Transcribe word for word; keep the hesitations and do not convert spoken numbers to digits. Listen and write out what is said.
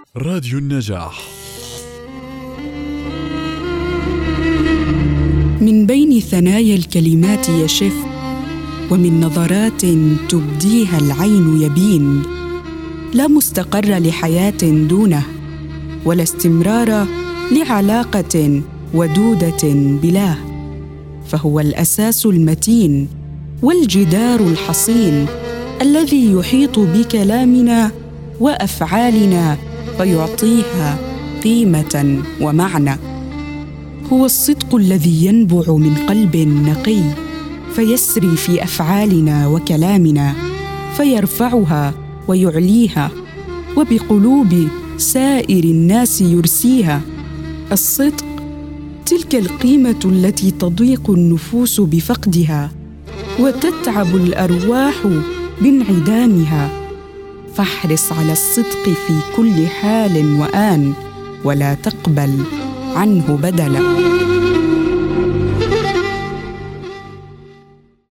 راديو النجاح. من بين ثنايا الكلمات يشف، ومن نظرات تبديها العين يبين، لا مستقر لحياة دونه، ولا استمرار لعلاقة ودودة بلاه، فهو الأساس المتين والجدار الحصين الذي يحيط بكلامنا وأفعالنا فيعطيها قيمة ومعنى. هو الصدق الذي ينبع من قلب نقي فيسري في أفعالنا وكلامنا، فيرفعها ويعليها، وبقلوب سائر الناس يرسيها. الصدق تلك القيمة التي تضيق النفوس بفقدها وتتعب الأرواح بانعدامها، فاحرص على الصدق في كل حال وآن، ولا تقبل عنه بدلا.